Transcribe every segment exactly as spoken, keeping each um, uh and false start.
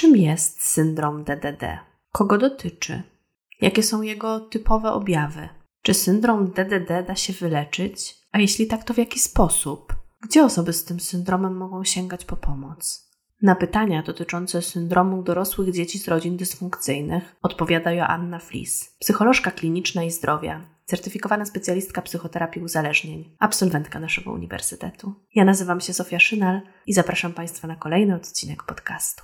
Czym jest syndrom D D D? Kogo dotyczy? Jakie są jego typowe objawy? Czy syndrom D D D da się wyleczyć? A jeśli tak, to w jaki sposób? Gdzie osoby z tym syndromem mogą sięgać po pomoc? Na pytania dotyczące syndromu dorosłych dzieci z rodzin dysfunkcyjnych odpowiada Joanna Flis, psycholożka kliniczna i zdrowia, certyfikowana specjalistka psychoterapii uzależnień, absolwentka naszego uniwersytetu. Ja nazywam się Zofia Szynal i zapraszam Państwa na kolejny odcinek podcastu.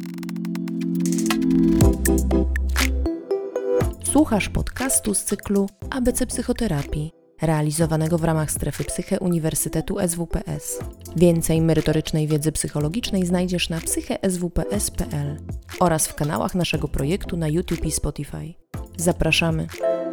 Słuchasz podcastu z cyklu A B C Psychoterapii, realizowanego w ramach strefy Psyche Uniwersytetu S W P S. Więcej merytorycznej wiedzy psychologicznej znajdziesz na psyche s w p s kropka p l oraz w kanałach naszego projektu na YouTube i Spotify. Zapraszamy!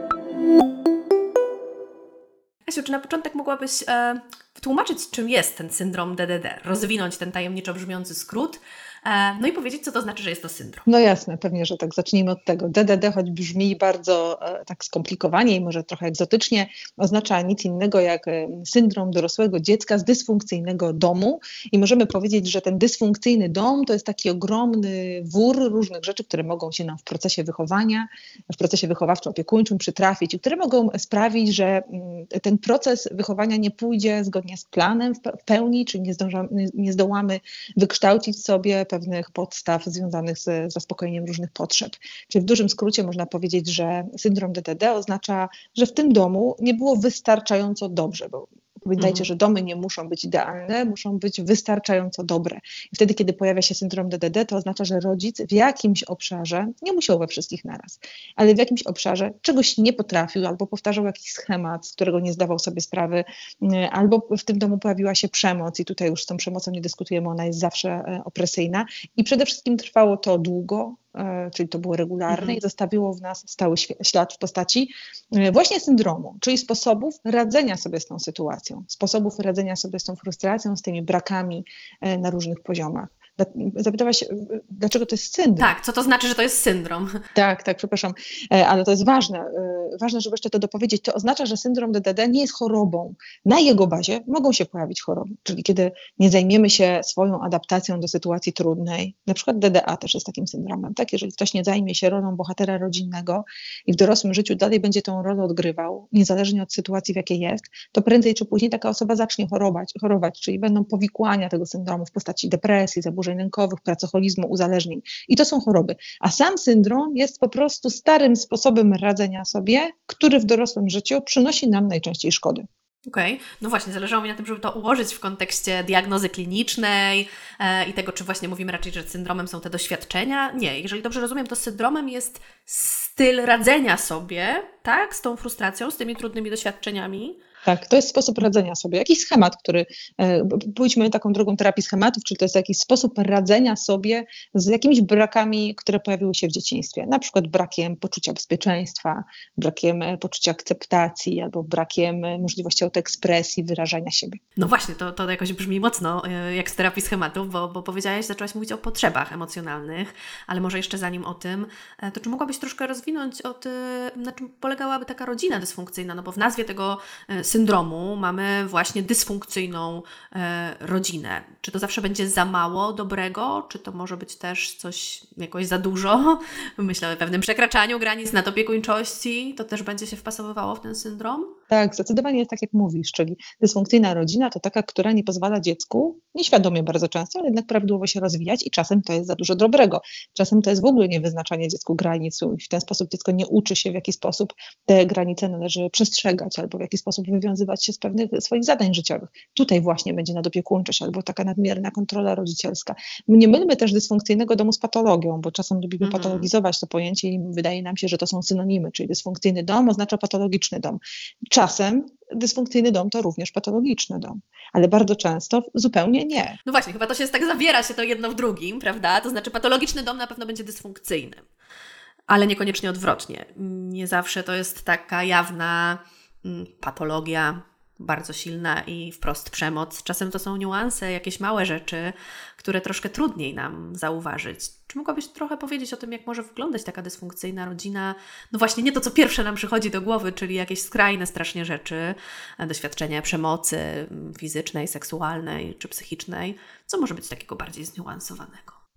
Asiu, czy na początek mogłabyś e, wytłumaczyć, czym jest ten syndrom D D D? Rozwinąć ten tajemniczo brzmiący skrót, e, no i powiedzieć, co to znaczy, że jest to syndrom. No jasne, pewnie, że tak. Zacznijmy od tego. D D D, choć brzmi bardzo e, tak skomplikowanie i może trochę egzotycznie, oznacza nic innego jak e, syndrom dorosłego dziecka z dysfunkcyjnego domu i możemy powiedzieć, że ten dysfunkcyjny dom to jest taki ogromny wór różnych rzeczy, które mogą się nam w procesie wychowania, w procesie wychowawczo-opiekuńczym przytrafić i które mogą sprawić, że mm, ten proces wychowania nie pójdzie zgodnie z planem w pełni, czyli nie, zdążamy, nie zdołamy wykształcić sobie pewnych podstaw związanych z zaspokojeniem różnych potrzeb. Czyli w dużym skrócie można powiedzieć, że syndrom D D D oznacza, że w tym domu nie było wystarczająco dobrze, bo pamiętajcie, mhm. że domy nie muszą być idealne, muszą być wystarczająco dobre. I wtedy, kiedy pojawia się syndrom D D D, to oznacza, że rodzic w jakimś obszarze, nie musiał we wszystkich naraz, ale w jakimś obszarze czegoś nie potrafił, albo powtarzał jakiś schemat, z którego nie zdawał sobie sprawy, albo w tym domu pojawiła się przemoc i tutaj już z tą przemocą nie dyskutujemy, ona jest zawsze opresyjna i przede wszystkim trwało to długo, czyli to było regularne mhm. i zostawiło w nas stały ślad w postaci właśnie syndromu, czyli sposobów radzenia sobie z tą sytuacją, sposobów radzenia sobie z tą frustracją, z tymi brakami na różnych poziomach. Zapytałaś, dlaczego to jest syndrom? Tak, co to znaczy, że to jest syndrom? Tak, tak, przepraszam, ale to jest ważne. Ważne, żeby jeszcze to dopowiedzieć. To oznacza, że syndrom D D D nie jest chorobą. Na jego bazie mogą się pojawić choroby, czyli kiedy nie zajmiemy się swoją adaptacją do sytuacji trudnej, na przykład D D A też jest takim syndromem, tak? Jeżeli ktoś nie zajmie się rolą bohatera rodzinnego i w dorosłym życiu dalej będzie tą rolę odgrywał, niezależnie od sytuacji, w jakiej jest, to prędzej czy później taka osoba zacznie chorować, chorować, czyli będą powikłania tego syndromu w postaci depresji, zaburzeń lękowych, pracoholizmu, uzależnień. I to są choroby. A sam syndrom jest po prostu starym sposobem radzenia sobie, który w dorosłym życiu przynosi nam najczęściej szkody. Okej, okay. No właśnie, zależało mi na tym, żeby to ułożyć w kontekście diagnozy klinicznej e, i tego, czy właśnie mówimy raczej, że syndromem są te doświadczenia. Nie, jeżeli dobrze rozumiem, to syndromem jest styl radzenia sobie, tak, z tą frustracją, z tymi trudnymi doświadczeniami. Tak, to jest sposób radzenia sobie. Jakiś schemat, który, e, pójdźmy taką drogą terapii schematów, czyli to jest jakiś sposób radzenia sobie z jakimiś brakami, które pojawiły się w dzieciństwie. Na przykład brakiem poczucia bezpieczeństwa, brakiem poczucia akceptacji albo brakiem możliwości autoekspresji, wyrażania siebie. No właśnie, to, to jakoś brzmi mocno jak z terapii schematów, bo, bo powiedziałaś, zaczęłaś mówić o potrzebach emocjonalnych, ale może jeszcze zanim o tym, to czy mogłabyś troszkę rozwinąć o tym, na czym polegałaby taka rodzina dysfunkcyjna, no bo w nazwie tego syndromu mamy właśnie dysfunkcyjną e, rodzinę. Czy to zawsze będzie za mało dobrego, czy to może być też coś jakoś za dużo? Myślę o pewnym przekraczaniu granic nadopiekuńczości. To też będzie się wpasowywało w ten syndrom? Tak, zdecydowanie jest tak, jak mówisz, czyli dysfunkcyjna rodzina to taka, która nie pozwala dziecku, nieświadomie bardzo często, ale jednak prawidłowo się rozwijać i czasem to jest za dużo dobrego. Czasem to jest w ogóle niewyznaczanie dziecku granic i w ten sposób dziecko nie uczy się, w jaki sposób te granice należy przestrzegać albo w jaki sposób wywiązywać się z pewnych swoich zadań życiowych. Tutaj właśnie będzie nadopiekuńczość albo taka nadmierna kontrola rodzicielska. Nie mylmy też dysfunkcyjnego domu z patologią, bo czasem lubimy mhm. patologizować to pojęcie i wydaje nam się, że to są synonimy, czyli dysfunkcyjny dom oznacza patologiczny dom. Czasem dysfunkcyjny dom to również patologiczny dom, ale bardzo często zupełnie nie. No właśnie, chyba to się tak zawiera się to jedno w drugim, prawda? To znaczy patologiczny dom na pewno będzie dysfunkcyjny, ale niekoniecznie odwrotnie. Nie zawsze to jest taka jawna mm, patologia, bardzo silna i wprost przemoc. Czasem to są niuanse, jakieś małe rzeczy, które troszkę trudniej nam zauważyć. Czy mogłabyś trochę powiedzieć o tym, jak może wyglądać taka dysfunkcyjna rodzina? No właśnie nie to, co pierwsze nam przychodzi do głowy, czyli jakieś skrajne strasznie rzeczy, doświadczenia przemocy fizycznej, seksualnej czy psychicznej. Co może być takiego bardziej zniuansowanego?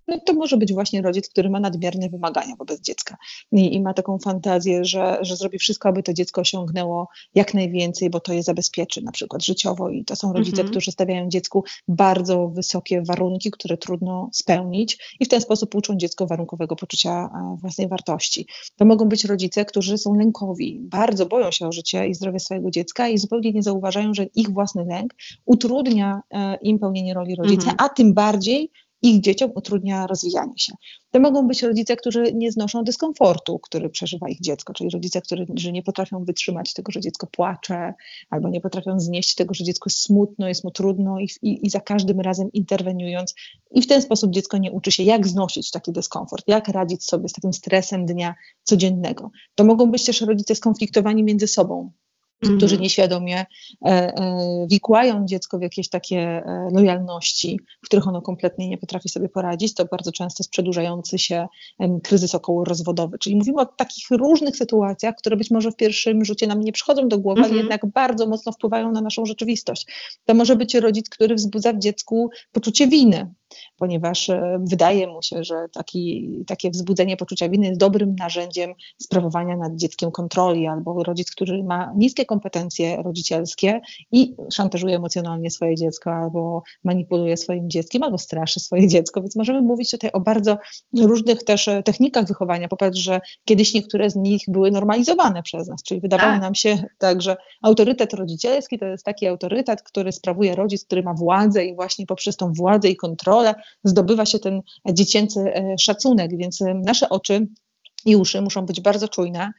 no to może być właśnie rodzic, który ma nadmierne wymagania wobec dziecka i, i ma taką fantazję, że, że zrobi wszystko, aby to dziecko osiągnęło jak najwięcej, bo to je zabezpieczy na przykład życiowo i to są rodzice, Mhm. którzy stawiają dziecku bardzo wysokie warunki, które trudno spełnić i w ten sposób uczą dziecko warunkowego poczucia własnej wartości. To mogą być rodzice, którzy są lękowi, bardzo boją się o życie i zdrowie swojego dziecka i zupełnie nie zauważają, że ich własny lęk utrudnia im pełnienie roli rodzica, Mhm. a tym bardziej ich dzieciom utrudnia rozwijanie się. To mogą być rodzice, którzy nie znoszą dyskomfortu, który przeżywa ich dziecko, czyli rodzice, którzy nie potrafią wytrzymać tego, że dziecko płacze, albo nie potrafią znieść tego, że dziecko jest smutno, jest mu trudno i, i, i za każdym razem interweniując. I w ten sposób dziecko nie uczy się, jak znosić taki dyskomfort, jak radzić sobie z takim stresem dnia codziennego. To mogą być też rodzice skonfliktowani między sobą, Mhm. którzy nieświadomie e, e, wikłają dziecko w jakieś takie e, lojalności, w których ono kompletnie nie potrafi sobie poradzić. To bardzo często jest przedłużający się em, kryzys okołorozwodowy. Czyli mówimy o takich różnych sytuacjach, które być może w pierwszym rzucie nam nie przychodzą do głowy, Mhm. ale jednak bardzo mocno wpływają na naszą rzeczywistość. To może być rodzic, który wzbudza w dziecku poczucie winy, ponieważ e, wydaje mu się, że taki, takie wzbudzenie poczucia winy jest dobrym narzędziem sprawowania nad dzieckiem kontroli, albo rodzic, który ma niskie kompetencje rodzicielskie i szantażuje emocjonalnie swoje dziecko, albo manipuluje swoim dzieckiem, albo straszy swoje dziecko. Więc możemy mówić tutaj o bardzo różnych też technikach wychowania. Popatrz, że kiedyś niektóre z nich były normalizowane przez nas, czyli wydawało Tak. nam się tak, że autorytet rodzicielski to jest taki autorytet, który sprawuje rodzic, który ma władzę i właśnie poprzez tą władzę i kontrolę zdobywa się ten dziecięcy szacunek, więc nasze oczy i uszy muszą być bardzo czujne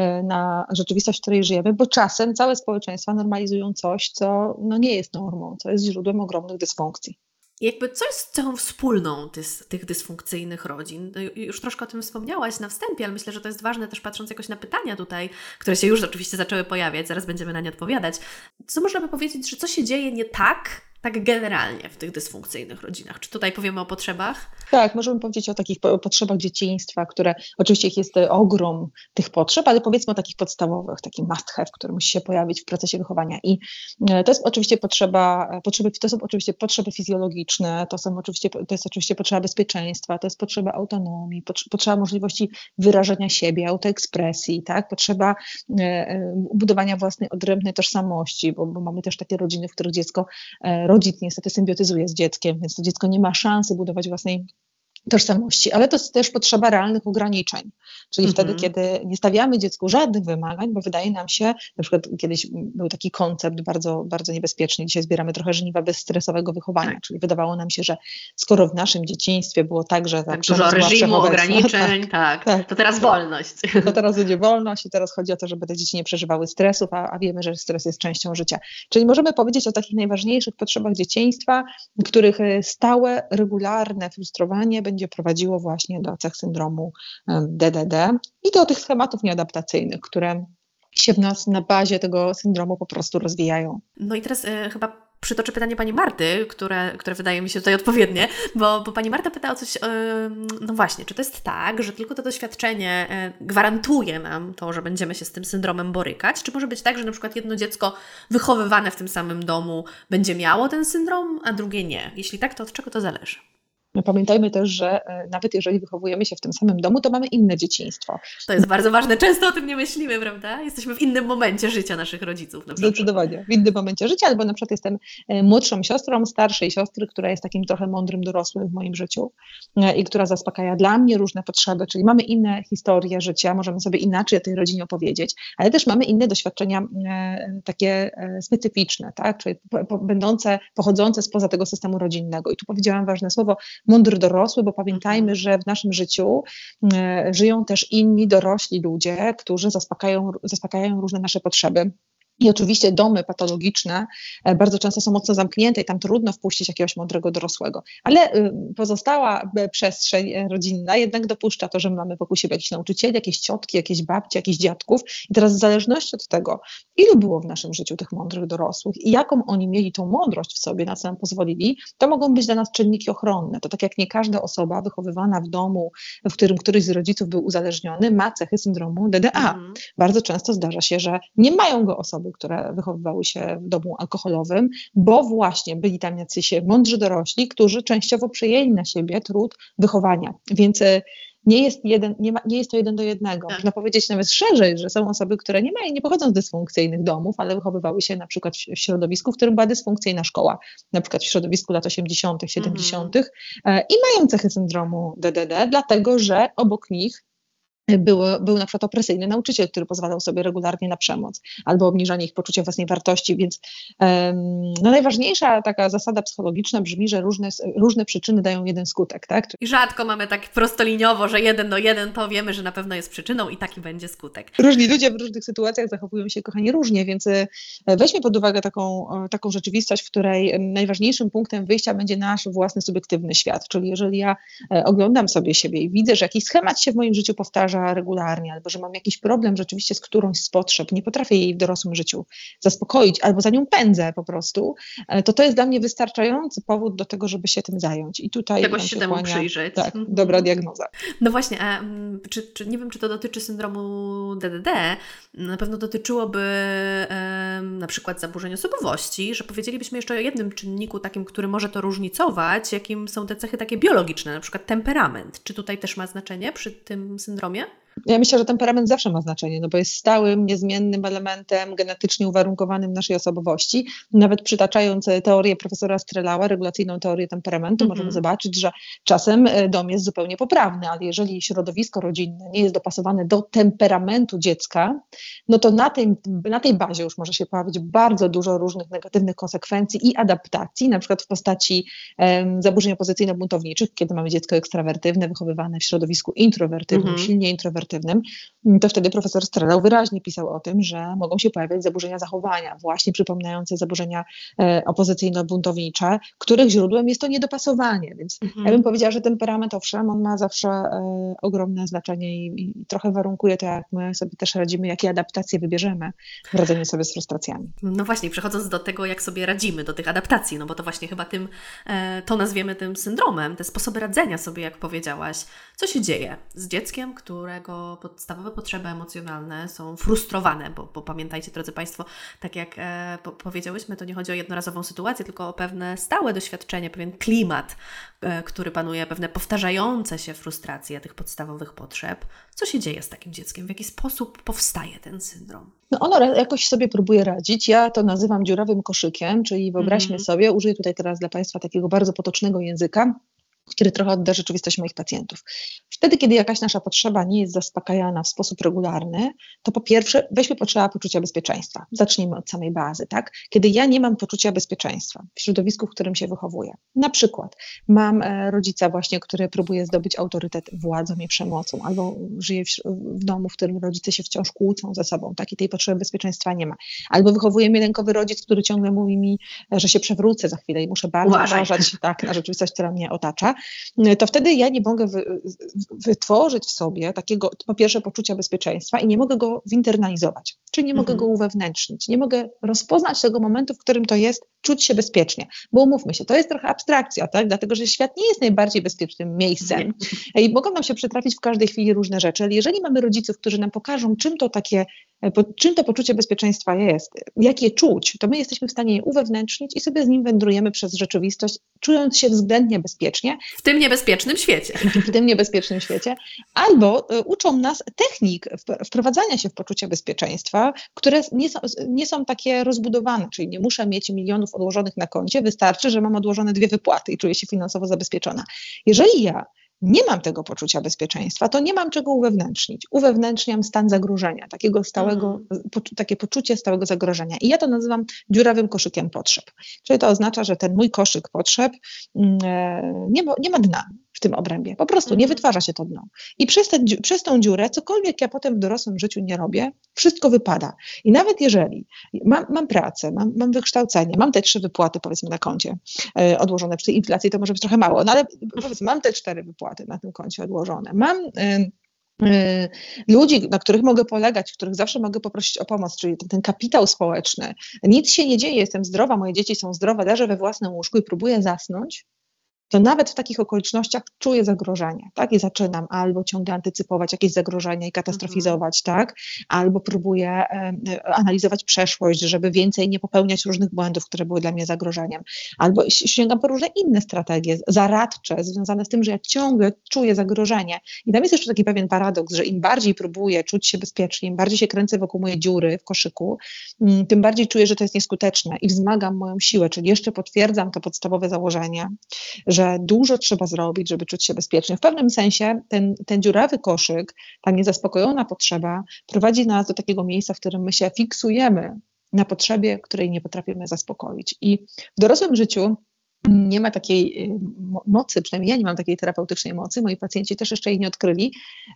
na rzeczywistość, w której żyjemy, bo czasem całe społeczeństwa normalizują coś, co no nie jest normą, co jest źródłem ogromnych dysfunkcji. Jakby co jest cechą wspólną tych, tych dysfunkcyjnych rodzin? Już troszkę o tym wspomniałaś na wstępie, ale myślę, że to jest ważne też patrząc jakoś na pytania tutaj, które się już oczywiście zaczęły pojawiać, zaraz będziemy na nie odpowiadać. Co można by powiedzieć, że co się dzieje nie tak, tak generalnie w tych dysfunkcyjnych rodzinach? Czy tutaj powiemy o potrzebach? Tak, możemy powiedzieć o takich potrzebach dzieciństwa, które oczywiście ich jest ogrom tych potrzeb, ale powiedzmy o takich podstawowych, taki must have, który musi się pojawić w procesie wychowania. I to jest oczywiście potrzeba, potrzeby, to są oczywiście potrzeby fizjologiczne, to są oczywiście, to jest oczywiście potrzeba bezpieczeństwa, to jest potrzeba autonomii, potrzeba możliwości wyrażenia siebie, autoekspresji, tak? Potrzeba budowania własnej odrębnej tożsamości, bo, bo mamy też takie rodziny, w których dziecko rodzic niestety symbiotyzuje z dzieckiem, więc to dziecko nie ma szansy budować własnej tożsamości, ale to jest też potrzeba realnych ograniczeń, czyli Mhm. wtedy, kiedy nie stawiamy dziecku żadnych wymagań, bo wydaje nam się, na przykład kiedyś był taki koncept bardzo, bardzo niebezpieczny, dzisiaj zbieramy trochę żniwa bezstresowego wychowania, Tak. czyli wydawało nam się, że skoro w naszym dzieciństwie było tak, że Tak, dużo reżimu, ograniczeń, tak, tak, to teraz wolność. To teraz będzie wolność i teraz chodzi o to, żeby te dzieci nie przeżywały stresów, a, a wiemy, że stres jest częścią życia. Czyli możemy powiedzieć o takich najważniejszych potrzebach dzieciństwa, których stałe, regularne frustrowanie będzie prowadziło właśnie do cech syndromu D D D i do tych schematów nieadaptacyjnych, które się w nas na bazie tego syndromu po prostu rozwijają. No i teraz y, chyba przytoczę pytanie pani Marty, które, które wydaje mi się tutaj odpowiednie, bo, bo pani Marta pyta o coś, yy, no właśnie, czy to jest tak, że tylko to doświadczenie yy, gwarantuje nam to, że będziemy się z tym syndromem borykać, czy może być tak, że na przykład jedno dziecko wychowywane w tym samym domu będzie miało ten syndrom, a drugie nie? Jeśli tak, to od czego to zależy? No pamiętajmy też, że nawet jeżeli wychowujemy się w tym samym domu, to mamy inne dzieciństwo. To jest bardzo ważne. Często o tym nie myślimy, prawda? Jesteśmy w innym momencie życia naszych rodziców. Na przykład. Zdecydowanie. W innym momencie życia, albo na przykład jestem młodszą siostrą starszej siostry, która jest takim trochę mądrym dorosłym w moim życiu i która zaspokaja dla mnie różne potrzeby, czyli mamy inne historie życia, możemy sobie inaczej o tej rodzinie opowiedzieć, ale też mamy inne doświadczenia takie specyficzne, tak? Czyli będące, pochodzące spoza tego systemu rodzinnego. I tu powiedziałam ważne słowo, mądry dorosły, bo pamiętajmy, że w naszym życiu e, żyją też inni dorośli ludzie, którzy zaspokajają, zaspokajają różne nasze potrzeby. I oczywiście domy patologiczne bardzo często są mocno zamknięte i tam trudno wpuścić jakiegoś mądrego dorosłego. Ale pozostała przestrzeń rodzinna jednak dopuszcza to, że mamy wokół siebie jakichś nauczycieli, jakieś ciotki, jakieś babci, jakichś dziadków. I teraz w zależności od tego, ilu było w naszym życiu tych mądrych dorosłych i jaką oni mieli tą mądrość w sobie, na co nam pozwolili, to mogą być dla nas czynniki ochronne. To tak jak nie każda osoba wychowywana w domu, w którym któryś z rodziców był uzależniony, ma cechy syndromu D D A. Mm. Bardzo często zdarza się, że nie mają go osoby osoby, które wychowywały się w domu alkoholowym, bo właśnie byli tam jacyś mądrzy dorośli, którzy częściowo przejęli na siebie trud wychowania. Więc nie jest, jeden, nie, ma, nie jest to jeden do jednego. Można powiedzieć nawet szerzej, że są osoby, które nie mają, nie pochodzą z dysfunkcyjnych domów, ale wychowywały się na przykład w środowisku, w którym była dysfunkcyjna szkoła, na przykład w środowisku lat osiemdziesiątych, siedemdziesiątych mm. i mają cechy syndromu D D D, dlatego że obok nich Było, był na przykład opresyjny nauczyciel, który pozwalał sobie regularnie na przemoc albo obniżanie ich poczucia własnej wartości, więc um, no najważniejsza taka zasada psychologiczna brzmi, że różne, różne przyczyny dają jeden skutek. Tak? I rzadko mamy tak prostoliniowo, że jeden do jeden to wiemy, że na pewno jest przyczyną i taki będzie skutek. Różni ludzie w różnych sytuacjach zachowują się, kochani, różnie, więc weźmy pod uwagę taką, taką rzeczywistość, w której najważniejszym punktem wyjścia będzie nasz własny subiektywny świat, czyli jeżeli ja oglądam sobie siebie i widzę, że jakiś schemat się w moim życiu powtarza regularnie, albo że mam jakiś problem rzeczywiście z którąś z potrzeb, nie potrafię jej w dorosłym życiu zaspokoić, albo za nią pędzę po prostu, to to jest dla mnie wystarczający powód do tego, żeby się tym zająć. I tutaj Czegoś się temu przyjrzeć. Tak, dobra diagnoza. No właśnie, a, czy, czy, nie wiem, czy to dotyczy syndromu D D D, na pewno dotyczyłoby e, na przykład zaburzeń osobowości, że powiedzielibyśmy jeszcze o jednym czynniku takim, który może to różnicować, jakim są te cechy takie biologiczne, na przykład temperament. Czy tutaj też ma znaczenie przy tym syndromie? Ja myślę, że temperament zawsze ma znaczenie, no bo jest stałym, niezmiennym elementem genetycznie uwarunkowanym naszej osobowości. Nawet przytaczając teorię profesora Strelała, regulacyjną teorię temperamentu, mm-hmm. możemy zobaczyć, że czasem dom jest zupełnie poprawny, ale jeżeli środowisko rodzinne nie jest dopasowane do temperamentu dziecka, no to na tej, na tej bazie już może się pojawić bardzo dużo różnych negatywnych konsekwencji i adaptacji, na przykład w postaci um, zaburzeń opozycyjno-buntowniczych, kiedy mamy dziecko ekstrawertywne, wychowywane w środowisku introwertywnym, mm-hmm. silnie introwertywnym, to wtedy profesor Strelau wyraźnie pisał o tym, że mogą się pojawiać zaburzenia zachowania, właśnie przypominające zaburzenia e, opozycyjno-buntownicze, których źródłem jest to niedopasowanie. Więc mhm. ja bym powiedziała, że temperament, owszem, on ma zawsze e, ogromne znaczenie i, i trochę warunkuje to, jak my sobie też radzimy, jakie adaptacje wybierzemy w radzeniu sobie z frustracjami. No właśnie, przechodząc do tego, jak sobie radzimy, do tych adaptacji, no bo to właśnie chyba tym, e, to nazwiemy tym syndromem, te sposoby radzenia sobie, jak powiedziałaś. Co się dzieje z dzieckiem, którego podstawowe potrzeby emocjonalne są frustrowane, bo, bo pamiętajcie, drodzy Państwo, tak jak e, po, powiedziałyśmy, to nie chodzi o jednorazową sytuację, tylko o pewne stałe doświadczenie, pewien klimat, e, który panuje, pewne powtarzające się frustracje tych podstawowych potrzeb. Co się dzieje z takim dzieckiem? W jaki sposób powstaje ten syndrom? No ono jakoś sobie próbuje radzić. Ja to nazywam dziurawym koszykiem, czyli wyobraźmy mm. sobie, użyję tutaj teraz dla Państwa takiego bardzo potocznego języka, który trochę odda rzeczywistość moich pacjentów. Wtedy, kiedy jakaś nasza potrzeba nie jest zaspokajana w sposób regularny, to po pierwsze weźmy potrzeba poczucia bezpieczeństwa. Zacznijmy od samej bazy, tak? Kiedy ja nie mam poczucia bezpieczeństwa w środowisku, w którym się wychowuję. Na przykład mam e, rodzica właśnie, który próbuje zdobyć autorytet władzą i przemocą, albo żyje w, w domu, w którym rodzice się wciąż kłócą ze sobą, tak? I tej potrzeby bezpieczeństwa nie ma. Albo wychowuje mnie lękowy rodzic, który ciągle mówi mi, że się przewrócę za chwilę i muszę bardzo Uważaj. uważać tak, na rzeczywistość, która mnie otacza. To wtedy ja nie mogę wy, wytworzyć w sobie takiego, po pierwsze, poczucia bezpieczeństwa i nie mogę go zinternalizować, czyli nie mogę Mhm. go uwewnętrznić, nie mogę rozpoznać tego momentu, w którym to jest czuć się bezpiecznie, bo umówmy się, to jest trochę abstrakcja, tak? Dlatego, że świat nie jest najbardziej bezpiecznym miejscem i mogą nam się przytrafić w każdej chwili różne rzeczy, ale jeżeli mamy rodziców, którzy nam pokażą, czym to takie Po, czym to poczucie bezpieczeństwa jest, jak je czuć, to my jesteśmy w stanie je uwewnętrznić i sobie z nim wędrujemy przez rzeczywistość, czując się względnie bezpiecznie. W tym niebezpiecznym świecie. W tym niebezpiecznym świecie. Albo y, uczą nas technik wprowadzania się w poczucie bezpieczeństwa, które nie są, nie są takie rozbudowane, czyli nie muszę mieć milionów odłożonych na koncie, wystarczy, że mam odłożone dwie wypłaty i czuję się finansowo zabezpieczona. Jeżeli ja nie mam tego poczucia bezpieczeństwa, to nie mam czego uwewnętrznić. Uwewnętrzniam stan zagrożenia, takiego stałego, mm. po, takie poczucie stałego zagrożenia. I ja to nazywam dziurawym koszykiem potrzeb. Czyli to oznacza, że ten mój koszyk potrzeb e, nie, ma, nie ma dna w tym obrębie. Po prostu mm. nie wytwarza się to dno. I przez, ten, przez tą dziurę, cokolwiek ja potem w dorosłym życiu nie robię, wszystko wypada. I nawet jeżeli mam, mam pracę, mam, mam wykształcenie, mam te trzy wypłaty, powiedzmy, na koncie e, odłożone, przy tej inflacji to może być trochę mało, no ale powiedzmy, mam te cztery wypłaty na tym koncie odłożone. Mam y, y, ludzi, na których mogę polegać, których zawsze mogę poprosić o pomoc, czyli ten, ten kapitał społeczny. Nic się nie dzieje, jestem zdrowa, moje dzieci są zdrowe, leżę we własnym łóżku i próbuję zasnąć, to nawet w takich okolicznościach czuję zagrożenie, tak? I zaczynam albo ciągle antycypować jakieś zagrożenia i katastrofizować, mhm. tak? Albo próbuję e, analizować przeszłość, żeby więcej nie popełniać różnych błędów, które były dla mnie zagrożeniem. Albo sięgam po różne inne strategie zaradcze, związane z tym, że ja ciągle czuję zagrożenie. I tam jest jeszcze taki pewien paradoks, że im bardziej próbuję czuć się bezpiecznie, im bardziej się kręcę wokół mojej dziury w koszyku, tym bardziej czuję, że to jest nieskuteczne i wzmagam moją siłę, czyli jeszcze potwierdzam to podstawowe założenie, że dużo trzeba zrobić, żeby czuć się bezpiecznie. W pewnym sensie ten, ten dziurawy koszyk, ta niezaspokojona potrzeba prowadzi nas do takiego miejsca, w którym my się fiksujemy na potrzebie, której nie potrafimy zaspokoić. I w dorosłym życiu nie ma takiej mocy, przynajmniej ja nie mam takiej terapeutycznej mocy, moi pacjenci też jeszcze jej nie odkryli.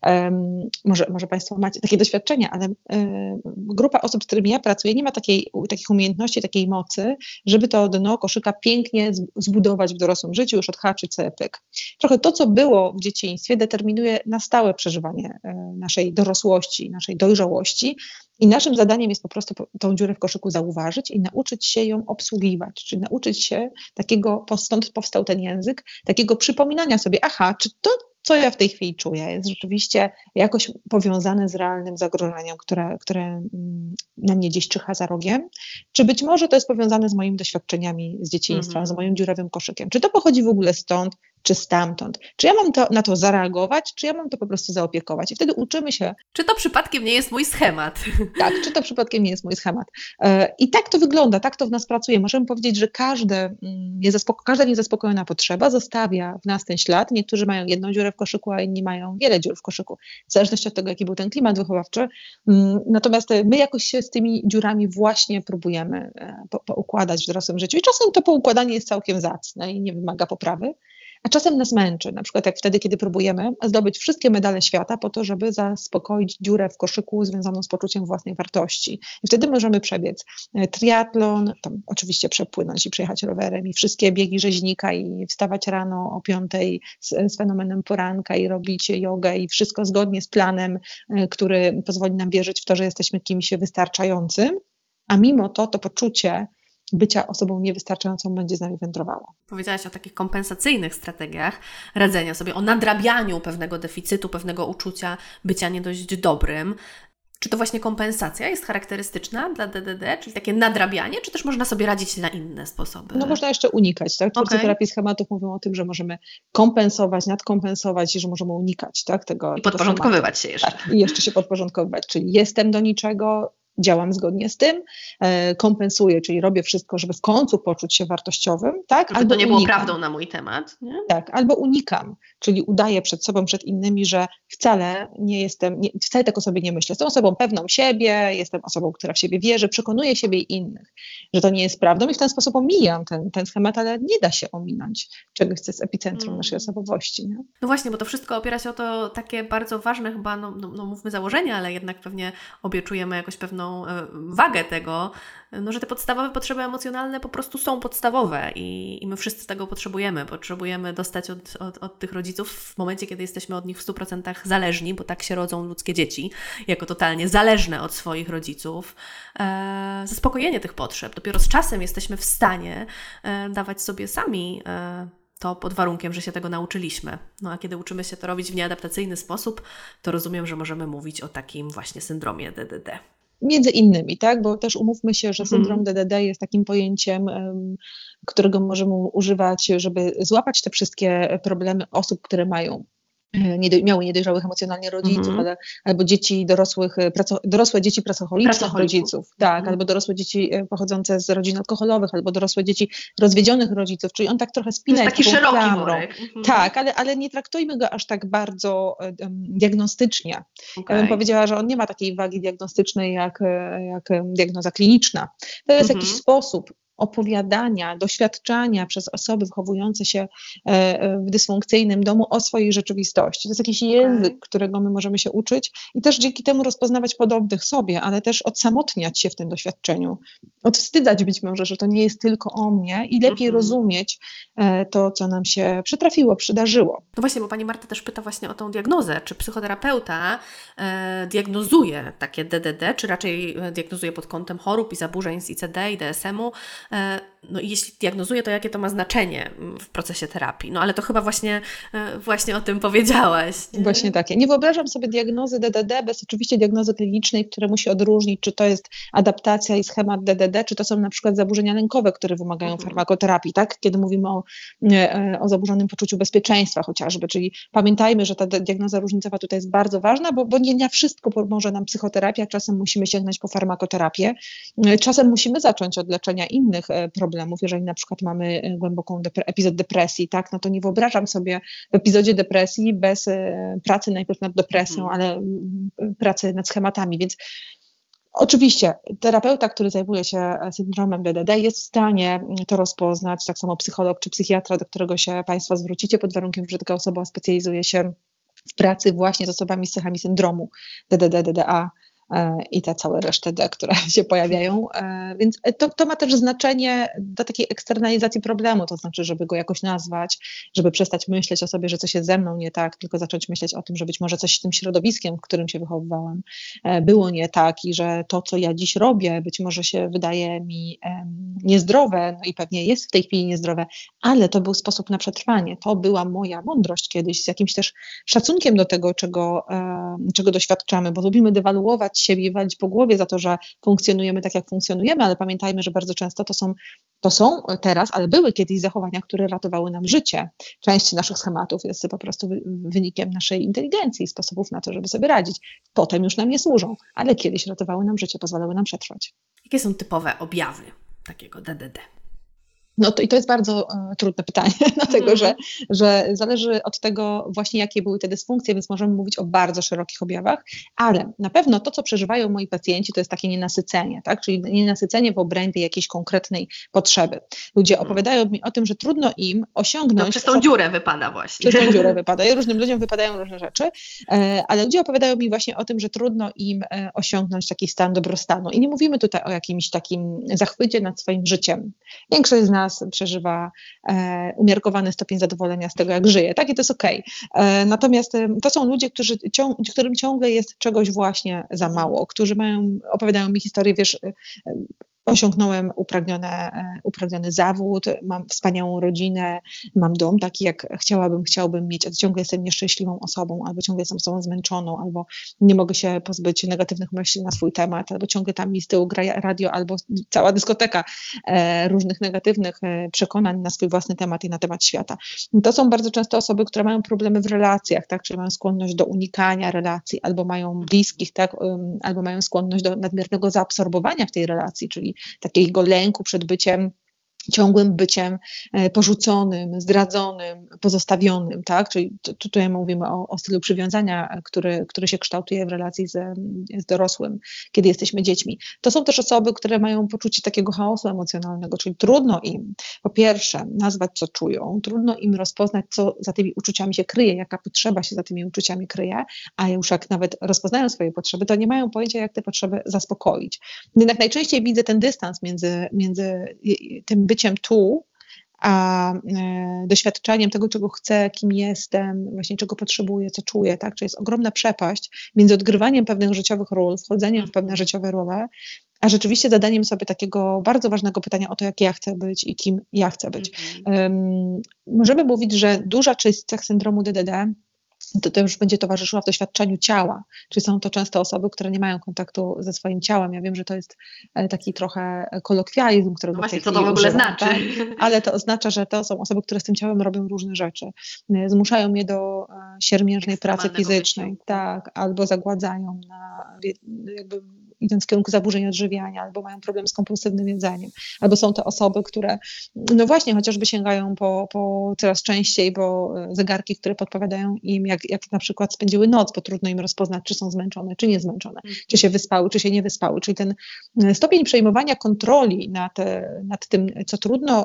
Um, może, może Państwo macie takie doświadczenia, ale um, grupa osób, z którymi ja pracuję, nie ma takiej, takich umiejętności, takiej mocy, żeby to dno koszyka pięknie zbudować w dorosłym życiu, już odhaczyć sobie pyk. Trochę to, co było w dzieciństwie, determinuje na stałe przeżywanie um, naszej dorosłości, naszej dojrzałości. I naszym zadaniem jest po prostu tą dziurę w koszyku zauważyć i nauczyć się ją obsługiwać, czyli nauczyć się takiego, stąd powstał ten język, takiego przypominania sobie, aha, czy to, co ja w tej chwili czuję, jest rzeczywiście jakoś powiązane z realnym zagrożeniem, które, które na mnie gdzieś czyha za rogiem, czy być może to jest powiązane z moimi doświadczeniami z dzieciństwa, mm-hmm. z moim dziurawym koszykiem, czy to pochodzi w ogóle stąd, czy stamtąd. Czy ja mam to, na to zareagować, czy ja mam to po prostu zaopiekować. I wtedy uczymy się... Czy to przypadkiem nie jest mój schemat? Tak, czy to przypadkiem nie jest mój schemat. I tak to wygląda, tak to w nas pracuje. Możemy powiedzieć, że każde, niezaspoko- każda niezaspokojona potrzeba zostawia w nas ten ślad. Niektórzy mają jedną dziurę w koszyku, a inni mają wiele dziur w koszyku. W zależności od tego, jaki był ten klimat wychowawczy. Natomiast my jakoś się z tymi dziurami właśnie próbujemy po- poukładać w dorosłym życiu. I czasem to poukładanie jest całkiem zacne i nie wymaga poprawy. A czasem nas męczy, na przykład jak wtedy, kiedy próbujemy zdobyć wszystkie medale świata po to, żeby zaspokoić dziurę w koszyku związaną z poczuciem własnej wartości. I wtedy możemy przebiec triatlon, tam oczywiście przepłynąć i przejechać rowerem i wszystkie biegi rzeźnika i wstawać rano o piątej z, z fenomenem poranka i robić jogę i wszystko zgodnie z planem, który pozwoli nam wierzyć w to, że jesteśmy kimś wystarczającym, a mimo to to poczucie bycia osobą niewystarczającą będzie z nami wędrowało. Powiedziałaś o takich kompensacyjnych strategiach radzenia sobie, o nadrabianiu pewnego deficytu, pewnego uczucia bycia nie dość dobrym. Czy to właśnie kompensacja jest charakterystyczna dla D D D, czyli takie nadrabianie, czy też można sobie radzić na inne sposoby? No można jeszcze unikać, tak? Twórcy okay. terapii schematów mówią o tym, że możemy kompensować, nadkompensować i że możemy unikać, tak? Tego, I podporządkowywać tego się jeszcze. Tak, i jeszcze się podporządkowywać, czyli jestem do niczego, działam zgodnie z tym, e, kompensuję, czyli robię wszystko, żeby w końcu poczuć się wartościowym, tak? Żeby albo to nie unikam. Było prawdą na mój temat, nie? Tak, albo unikam, czyli udaję przed sobą, przed innymi, że wcale nie jestem, nie, wcale tak o sobie nie myślę. Jestem osobą pewną siebie, jestem osobą, która w siebie wierzy, przekonuję siebie i innych, że to nie jest prawdą i w ten sposób omijam ten, ten schemat, ale nie da się ominąć czegoś, co jest epicentrum hmm. naszej osobowości. Nie? No właśnie, bo to wszystko opiera się o to takie bardzo ważne chyba, no, no, no mówmy założenia, ale jednak pewnie obie czujemy jakoś pewną wagę tego, no, że te podstawowe potrzeby emocjonalne po prostu są podstawowe i, i my wszyscy tego potrzebujemy. Potrzebujemy dostać od, od, od tych rodziców w momencie, kiedy jesteśmy od nich w stu procentach zależni, bo tak się rodzą ludzkie dzieci, jako totalnie zależne od swoich rodziców. E, zaspokojenie tych potrzeb. Dopiero z czasem jesteśmy w stanie e, dawać sobie sami e, to pod warunkiem, że się tego nauczyliśmy. No a kiedy uczymy się to robić w nieadaptacyjny sposób, to rozumiem, że możemy mówić o takim właśnie syndromie D D D. Między innymi, tak, bo też umówmy się, że syndrom mm. D D D jest takim pojęciem, um, którego możemy używać, żeby złapać te wszystkie problemy osób, które mają Nie, miały niedojrzałych emocjonalnie rodziców, mm-hmm. ale, albo dzieci dorosłych, praco, dorosłe dzieci pracocholicznych rodziców, tak, mm-hmm. albo dorosłe dzieci pochodzące z rodzin alkoholowych, albo dorosłe dzieci rozwiedzionych rodziców, czyli on tak trochę spina. To jest taki szeroki worek. Mm-hmm. Tak, ale, ale nie traktujmy go aż tak bardzo um, diagnostycznie. Okay. Ja bym powiedziała, że on nie ma takiej wagi diagnostycznej jak, jak diagnoza kliniczna. To jest mm-hmm. jakiś sposób opowiadania, doświadczania przez osoby wychowujące się w dysfunkcyjnym domu o swojej rzeczywistości. To jest jakiś język, okay. którego my możemy się uczyć i też dzięki temu rozpoznawać podobnych sobie, ale też odsamotniać się w tym doświadczeniu, odwstydzać być może, że to nie jest tylko o mnie i lepiej mm-hmm. rozumieć to, co nam się przytrafiło, przydarzyło. No właśnie, bo pani Marta też pyta właśnie o tą diagnozę. Czy psychoterapeuta e, diagnozuje takie D D D, czy raczej diagnozuje pod kątem chorób i zaburzeń z I C D i D S M u, No i jeśli diagnozuje, to jakie to ma znaczenie w procesie terapii? No ale to chyba właśnie, właśnie o tym powiedziałaś. Nie? Właśnie takie. Nie wyobrażam sobie diagnozy D D D bez oczywiście diagnozy klinicznej, która musi odróżnić, czy to jest adaptacja i schemat D D D, czy to są na przykład zaburzenia lękowe, które wymagają mhm. farmakoterapii, tak? Kiedy mówimy o, o zaburzonym poczuciu bezpieczeństwa chociażby, czyli pamiętajmy, że ta diagnoza różnicowa tutaj jest bardzo ważna, bo, bo nie na wszystko pomoże nam psychoterapia, czasem musimy sięgnąć po farmakoterapię, czasem musimy zacząć od leczenia innych problemów, jeżeli na przykład mamy głęboką depre- epizod depresji, tak? No to nie wyobrażam sobie w epizodzie depresji bez pracy najpierw nad depresją, mhm. ale pracy nad schematami, więc oczywiście terapeuta, który zajmuje się syndromem D D D, jest w stanie to rozpoznać, tak samo psycholog czy psychiatra, do którego się Państwo zwrócicie, pod warunkiem, że taka osoba specjalizuje się w pracy właśnie z osobami z cechami syndromu D D D, D D A i te całe reszty D, które się pojawiają. Więc to, to ma też znaczenie do takiej eksternalizacji problemu, to znaczy, żeby go jakoś nazwać, żeby przestać myśleć o sobie, że coś jest ze mną nie tak, tylko zacząć myśleć o tym, że być może coś z tym środowiskiem, w którym się wychowywałam, było nie tak i że to, co ja dziś robię, być może się wydaje mi niezdrowe, no i pewnie jest w tej chwili niezdrowe, ale to był sposób na przetrwanie. To była moja mądrość kiedyś, z jakimś też szacunkiem do tego, czego, czego doświadczamy, bo lubimy dewaluować siebie i walić po głowie za to, że funkcjonujemy tak, jak funkcjonujemy, ale pamiętajmy, że bardzo często to są, to są teraz, ale były kiedyś zachowania, które ratowały nam życie. Część naszych schematów jest po prostu wynikiem naszej inteligencji, sposobów na to, żeby sobie radzić. Potem już nam nie służą, ale kiedyś ratowały nam życie, pozwalały nam przetrwać. Jakie są typowe objawy takiego D D D? No to i to jest bardzo e, trudne pytanie, dlatego mm. że, że zależy od tego właśnie, jakie były te dysfunkcje, więc możemy mówić o bardzo szerokich objawach, ale na pewno to, co przeżywają moi pacjenci, to jest takie nienasycenie, tak? Czyli nienasycenie w obrębie jakiejś konkretnej potrzeby. Ludzie mm. opowiadają mi o tym, że trudno im osiągnąć... No, przez tą dziurę wypada właśnie. Przez tą dziurę wypada. I różnym ludziom wypadają różne rzeczy, e, ale ludzie opowiadają mi właśnie o tym, że trudno im e, osiągnąć taki stan dobrostanu. I nie mówimy tutaj o jakimś takim zachwycie nad swoim życiem. Większość z nas przeżywa e, umiarkowany stopień zadowolenia z tego, jak żyje, tak? I to jest okej. Okay. Natomiast e, to są ludzie, którzy ciąg, którym ciągle jest czegoś właśnie za mało, którzy mają, opowiadają mi historię, wiesz, e, osiągnąłem upragnione, upragniony zawód, mam wspaniałą rodzinę, mam dom taki, jak chciałabym, chciałbym mieć, a ciągle jestem nieszczęśliwą osobą, albo ciągle jestem osobą zmęczoną, albo nie mogę się pozbyć negatywnych myśli na swój temat, albo ciągle tam mi z tyłu gra radio, albo cała dyskoteka e, różnych negatywnych e, przekonań na swój własny temat i na temat świata. To są bardzo często osoby, które mają problemy w relacjach, tak, czyli mają skłonność do unikania relacji, albo mają bliskich, tak, um, albo mają skłonność do nadmiernego zaabsorbowania w tej relacji, czyli takiego lęku przed byciem, ciągłym byciem porzuconym, zdradzonym, pozostawionym, tak? Czyli tutaj mówimy o, o stylu przywiązania, który, który się kształtuje w relacji z, z dorosłym, kiedy jesteśmy dziećmi. To są też osoby, które mają poczucie takiego chaosu emocjonalnego, czyli trudno im, po pierwsze, nazwać, co czują, trudno im rozpoznać, co za tymi uczuciami się kryje, jaka potrzeba się za tymi uczuciami kryje, a już jak nawet rozpoznają swoje potrzeby, to nie mają pojęcia, jak te potrzeby zaspokoić. Jednak najczęściej widzę ten dystans między, między tym byciem tu, a e, doświadczaniem tego, czego chcę, kim jestem, właśnie czego potrzebuję, co czuję, tak? Czyli jest ogromna przepaść między odgrywaniem pewnych życiowych ról, wchodzeniem w pewne życiowe role, a rzeczywiście zadaniem sobie takiego bardzo ważnego pytania o to, jak ja chcę być i kim ja chcę być. Mm-hmm. Um, możemy mówić, że duża część cech syndromu D D D To, to już będzie towarzyszyła w doświadczeniu ciała, czyli są to często osoby, które nie mają kontaktu ze swoim ciałem. Ja wiem, że to jest taki trochę kolokwializm, którego no właśnie, w tej co to w ogóle używam, znaczy? Tak? Ale to oznacza, że to są osoby, które z tym ciałem robią różne rzeczy. Zmuszają mnie do siermiężnej pracy fizycznej, wysiłku. tak, albo zagładzają na, jakby idąc w kierunku zaburzeń odżywiania, albo mają problem z kompulsywnym jedzeniem, albo są to osoby, które no właśnie chociażby sięgają po, po coraz częściej, bo zegarki, które podpowiadają im, jak, jak na przykład spędziły noc, bo trudno im rozpoznać, czy są zmęczone, czy nie zmęczone, mm. czy się wyspały, czy się nie wyspały. Czyli ten stopień przejmowania kontroli nad, nad tym, co trudno,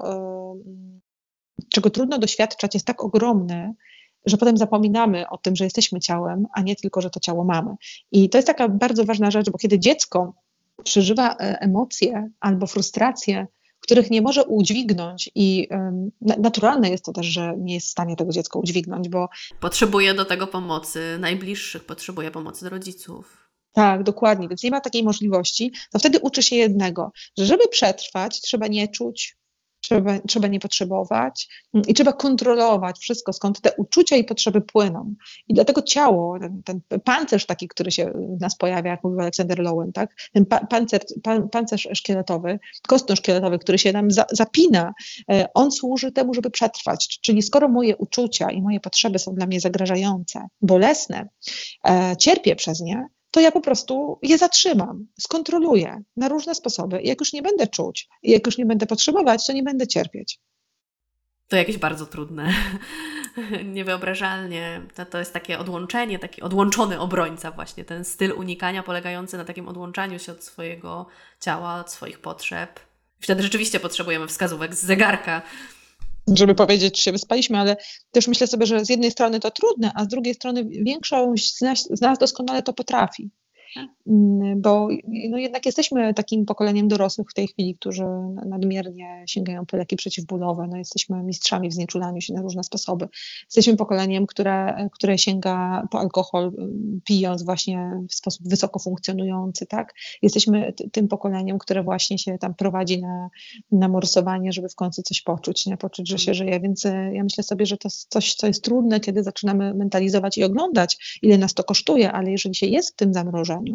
czego trudno doświadczać, jest tak ogromny, że potem zapominamy o tym, że jesteśmy ciałem, a nie tylko, że to ciało mamy. I to jest taka bardzo ważna rzecz, bo kiedy dziecko przeżywa emocje albo frustracje, których nie może udźwignąć i um, naturalne jest to też, że nie jest w stanie tego dziecko udźwignąć, bo potrzebuje do tego pomocy najbliższych, potrzebuje pomocy rodziców. Tak, dokładnie, więc nie ma takiej możliwości, to wtedy uczy się jednego, że żeby przetrwać, trzeba nie czuć, trzeba, trzeba nie potrzebować i trzeba kontrolować wszystko, skąd te uczucia i potrzeby płyną. I dlatego ciało, ten, ten pancerz taki, który się w nas pojawia, jak mówił Aleksander Lowen, tak? Ten pa, pancerz, pan, pancerz szkieletowy, kostno-szkieletowy, który się nam za, zapina, on służy temu, żeby przetrwać. Czyli skoro moje uczucia i moje potrzeby są dla mnie zagrażające, bolesne, e, cierpię przez nie, to ja po prostu je zatrzymam, skontroluję na różne sposoby. I jak już nie będę czuć, i jak już nie będę potrzebować, to nie będę cierpieć. To jakieś bardzo trudne, niewyobrażalnie. To, to jest takie odłączenie, taki odłączony obrońca właśnie, ten styl unikania polegający na takim odłączaniu się od swojego ciała, od swoich potrzeb. Wtedy rzeczywiście potrzebujemy wskazówek z zegarka, żeby powiedzieć, czy się wyspaliśmy, ale też myślę sobie, że z jednej strony to trudne, a z drugiej strony większość z nas, z nas doskonale to potrafi. Bo no jednak jesteśmy takim pokoleniem dorosłych w tej chwili, którzy nadmiernie sięgają po leki przeciwbólowe. No jesteśmy mistrzami w znieczulaniu się na różne sposoby. Jesteśmy pokoleniem, które, które sięga po alkohol, pijąc właśnie w sposób wysoko funkcjonujący, tak? Jesteśmy t- tym pokoleniem, które właśnie się tam prowadzi na, na morsowanie, żeby w końcu coś poczuć, nie? Poczuć, że się żyje. Więc ja myślę sobie, że to jest coś, co jest trudne, kiedy zaczynamy mentalizować i oglądać, ile nas to kosztuje, ale jeżeli się jest w tym zamrożeniu,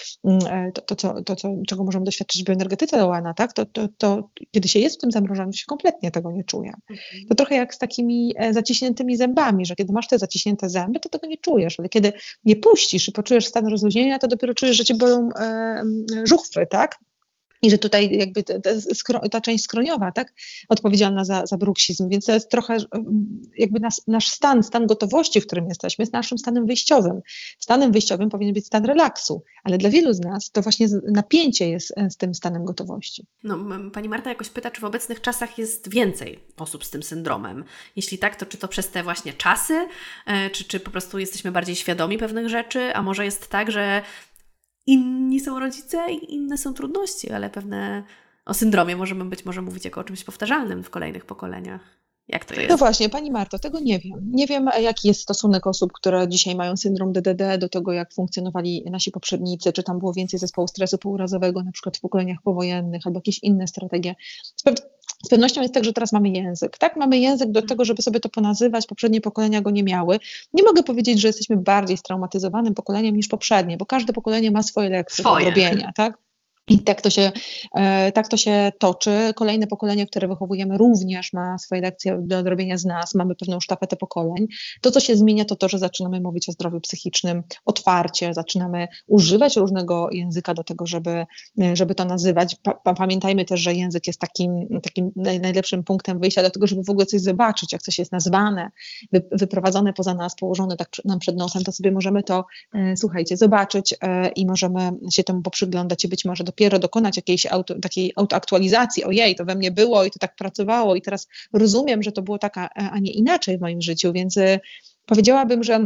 To, to, to, to, to, czego możemy doświadczyć w bioenergetyce Lowena, tak? to, to, to kiedy się jest w tym zamrożeniu, się kompletnie tego nie czuje. Mhm. To trochę jak z takimi zaciśniętymi zębami, że kiedy masz te zaciśnięte zęby, to tego nie czujesz, ale kiedy nie puścisz i poczujesz stan rozluźnienia, to dopiero czujesz, że cię bolą e, żuchwy, tak? I że tutaj jakby ta, ta, ta część skroniowa, tak, odpowiedzialna za, za bruksizm, więc to jest trochę jakby nas, nasz stan, stan gotowości, w którym jesteśmy, jest naszym stanem wyjściowym. Stanem wyjściowym powinien być stan relaksu, ale dla wielu z nas to właśnie napięcie jest z tym stanem gotowości. No, pani Marta jakoś pyta, czy w obecnych czasach jest więcej osób z tym syndromem? Jeśli tak, to czy to przez te właśnie czasy, czy, czy po prostu jesteśmy bardziej świadomi pewnych rzeczy, a może jest tak, że inni są rodzice i inne są trudności, ale pewne o syndromie możemy być może mówić jako o czymś powtarzalnym w kolejnych pokoleniach. Jak to jest? No właśnie, pani Marto, tego nie wiem. Nie wiem, jaki jest stosunek osób, które dzisiaj mają syndrom D D D do tego, jak funkcjonowali nasi poprzednicy, czy tam było więcej zespołu stresu pourazowego, na przykład w pokoleniach powojennych, albo jakieś inne strategie. Z, pew- z pewnością jest tak, że teraz mamy język. Tak, mamy język do tego, żeby sobie to ponazywać. Poprzednie pokolenia go nie miały. Nie mogę powiedzieć, że jesteśmy bardziej straumatyzowanym pokoleniem niż poprzednie, bo każde pokolenie ma swoje lekcje do robienia, tak? I tak to, się, tak to się toczy. Kolejne pokolenie, które wychowujemy, również ma swoje lekcje do odrobienia z nas. Mamy pewną sztafetę pokoleń. To, co się zmienia, to to, że zaczynamy mówić o zdrowiu psychicznym otwarcie, zaczynamy używać różnego języka do tego, żeby, żeby to nazywać. Pa, pamiętajmy też, że język jest takim, takim najlepszym punktem wyjścia do tego, żeby w ogóle coś zobaczyć, jak coś jest nazwane, wy, wyprowadzone poza nas, położone tak nam przed nosem, to sobie możemy to, słuchajcie, zobaczyć i możemy się temu poprzyglądać i być może dopiero dokonać jakiejś auto, takiej autoaktualizacji. Ojej, to we mnie było i to tak pracowało i teraz rozumiem, że to było tak, a nie inaczej w moim życiu, więc powiedziałabym, że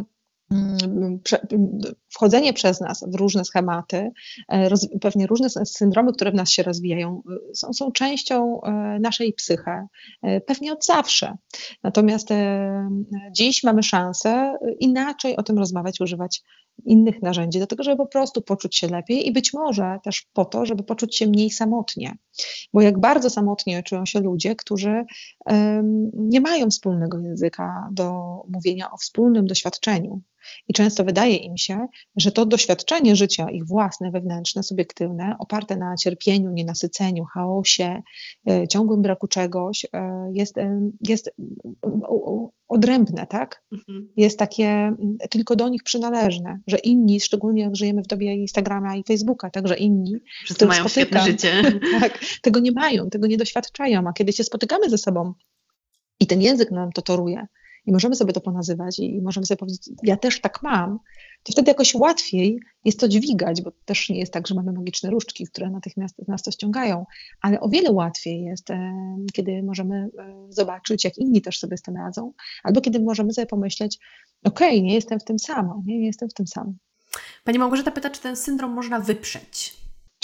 wchodzenie przez nas w różne schematy, roz, pewnie różne syndromy, które w nas się rozwijają, są, są częścią naszej psychy, pewnie od zawsze. Natomiast dziś mamy szansę inaczej o tym rozmawiać, używać innych narzędzi, do tego, żeby po prostu poczuć się lepiej i być może też po to, żeby poczuć się mniej samotnie. Bo jak bardzo samotnie czują się ludzie, którzy um, nie mają wspólnego języka do mówienia o wspólnym doświadczeniu. I często wydaje im się, że to doświadczenie życia, ich własne, wewnętrzne, subiektywne, oparte na cierpieniu, nienasyceniu, chaosie, e, ciągłym braku czegoś, e, jest, e, jest o, odrębne, tak? Mhm. Jest takie tylko do nich przynależne, że inni, szczególnie jak żyjemy w dobie Instagrama i Facebooka, także inni, wszyscy mają świetne życie. Tak, tego nie mają, tego nie doświadczają, a kiedy się spotykamy ze sobą i ten język nam to toruje, i możemy sobie to ponazywać i możemy sobie powiedzieć, ja też tak mam, to wtedy jakoś łatwiej jest to dźwigać, bo też nie jest tak, że mamy magiczne różdżki, które natychmiast z nas to ściągają, ale o wiele łatwiej jest, kiedy możemy zobaczyć, jak inni też sobie z tym radzą, albo kiedy możemy sobie pomyśleć, okej, okay, nie jestem w tym sama, nie, nie jestem w tym sam. Pani Małgorzata pyta, czy ten syndrom można wyprzeć?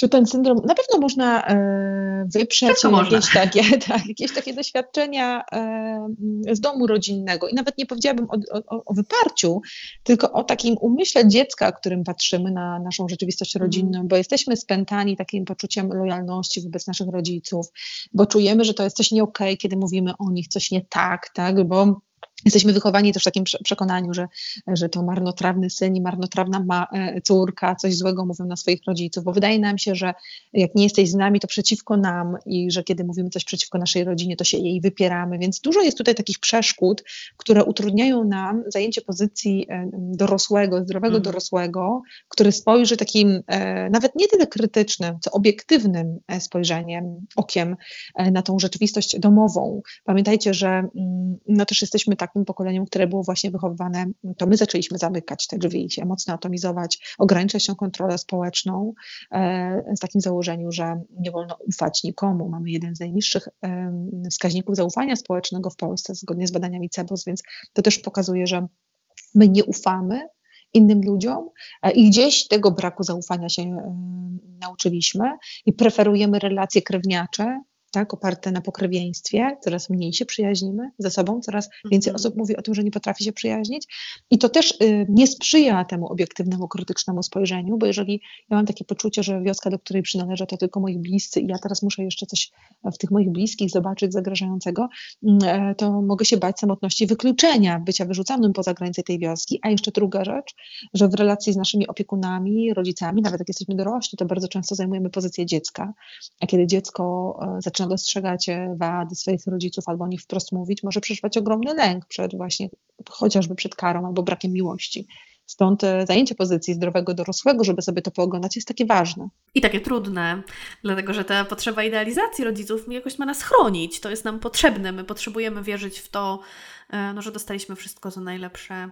Czy ten syndrom, na pewno można e, wyprzeć Wszystko jakieś, można. Takie, tak, jakieś takie doświadczenia e, z domu rodzinnego i nawet nie powiedziałabym o, o, o wyparciu, tylko o takim umyśle dziecka, którym patrzymy na naszą rzeczywistość rodzinną, mm. bo jesteśmy spętani takim poczuciem lojalności wobec naszych rodziców, bo czujemy, że to jest coś nie okej, kiedy mówimy o nich, coś nie tak, tak, bo jesteśmy wychowani też w takim przekonaniu, że, że to marnotrawny syn i marnotrawna ma, córka, coś złego mówią na swoich rodziców, bo wydaje nam się, że jak nie jesteś z nami, to przeciwko nam i że kiedy mówimy coś przeciwko naszej rodzinie, to się jej wypieramy, więc dużo jest tutaj takich przeszkód, które utrudniają nam zajęcie pozycji dorosłego, zdrowego mhm. dorosłego, który spojrzy takim nawet nie tyle krytycznym, co obiektywnym spojrzeniem, okiem na tą rzeczywistość domową. Pamiętajcie, że no też jesteśmy takim pokoleniem, które było właśnie wychowywane, to my zaczęliśmy zamykać te drzwi, się mocno atomizować, ograniczać tą kontrolę społeczną e, z takim założeniu, że nie wolno ufać nikomu. Mamy jeden z najniższych e, wskaźników zaufania społecznego w Polsce, zgodnie z badaniami C E B O S, więc to też pokazuje, że my nie ufamy innym ludziom e, i gdzieś tego braku zaufania się e, nauczyliśmy i preferujemy relacje krewniacze, tak, oparte na pokrewieństwie, coraz mniej się przyjaźnimy ze sobą, coraz więcej osób mówi o tym, że nie potrafi się przyjaźnić i to też y, nie sprzyja temu obiektywnemu, krytycznemu spojrzeniu, bo jeżeli ja mam takie poczucie, że wioska, do której przynależę, to tylko moi bliscy i ja teraz muszę jeszcze coś w tych moich bliskich zobaczyć zagrażającego, y, to mogę się bać samotności, wykluczenia, bycia wyrzucanym poza granice tej wioski, a jeszcze druga rzecz, że w relacji z naszymi opiekunami, rodzicami, nawet jak jesteśmy dorośli, to bardzo często zajmujemy pozycję dziecka, a kiedy dziecko y, zaczyna dostrzegać wady swoich rodziców albo o nich wprost mówić, może przeżywać ogromny lęk przed właśnie chociażby przed karą albo brakiem miłości. Stąd zajęcie pozycji zdrowego dorosłego, żeby sobie to pooglądać, jest takie ważne. I takie trudne, dlatego że ta potrzeba idealizacji rodziców jakoś ma nas chronić. To jest nam potrzebne. My potrzebujemy wierzyć w to, no, że dostaliśmy wszystko co najlepsze.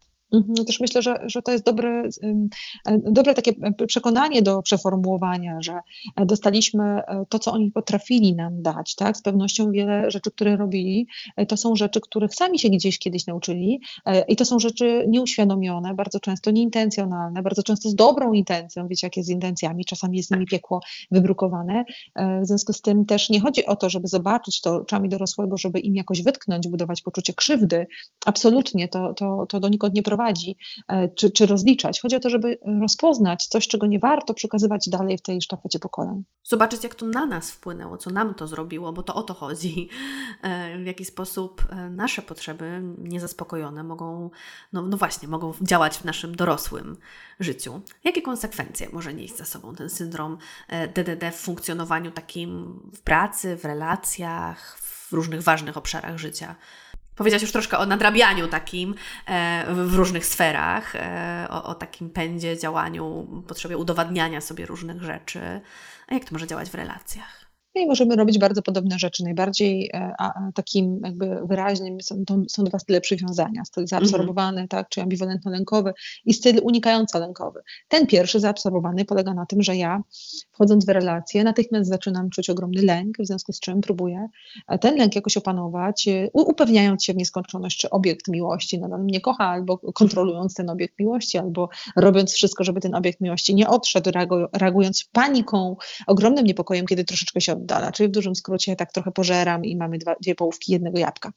Ja też myślę, że, że to jest dobre, dobre takie przekonanie do przeformułowania, że dostaliśmy to, co oni potrafili nam dać, tak? Z pewnością wiele rzeczy, które robili, to są rzeczy, których sami się gdzieś kiedyś nauczyli i to są rzeczy nieuświadomione, bardzo często nieintencjonalne, bardzo często z dobrą intencją, wiecie, jak jest z intencjami, czasami jest z nimi piekło wybrukowane. W związku z tym też nie chodzi o to, żeby zobaczyć to oczami dorosłego, żeby im jakoś wytknąć, budować poczucie krzywdy. Absolutnie, to, to, to donikąd nie prowadzi. Czy, czy rozliczać. Chodzi o to, żeby rozpoznać coś, czego nie warto przekazywać dalej w tej sztafecie pokoleń. Zobaczyć, jak to na nas wpłynęło, co nam to zrobiło, bo to o to chodzi. W jaki sposób nasze potrzeby niezaspokojone mogą, no, no właśnie, mogą działać w naszym dorosłym życiu. Jakie konsekwencje może nieść za sobą ten syndrom D D D w funkcjonowaniu takim w pracy, w relacjach, w różnych ważnych obszarach życia? Powiedziałaś już troszkę o nadrabianiu takim e, w różnych sferach, e, o, o takim pędzie, działaniu, potrzebie udowadniania sobie różnych rzeczy. A jak to może działać w relacjach? No i możemy robić bardzo podobne rzeczy. Najbardziej a, a, takim jakby wyraźnym są, to, są dwa style przywiązania. Styl zaabsorbowany, mm-hmm. tak, czy ambiwalentno-lękowy i styl unikająco-lękowy. Ten pierwszy, zaabsorbowany, polega na tym, że ja wchodząc w relacje natychmiast zaczynam czuć ogromny lęk, w związku z czym próbuję ten lęk jakoś opanować, upewniając się w nieskończoność, czy obiekt miłości nadal mnie kocha, albo kontrolując ten obiekt miłości, albo robiąc wszystko, żeby ten obiekt miłości nie odszedł, reagu- reagując paniką, ogromnym niepokojem, kiedy troszeczkę się oddala, czyli w dużym skrócie tak trochę pożeram i mamy dwa, dwie połówki jednego jabłka.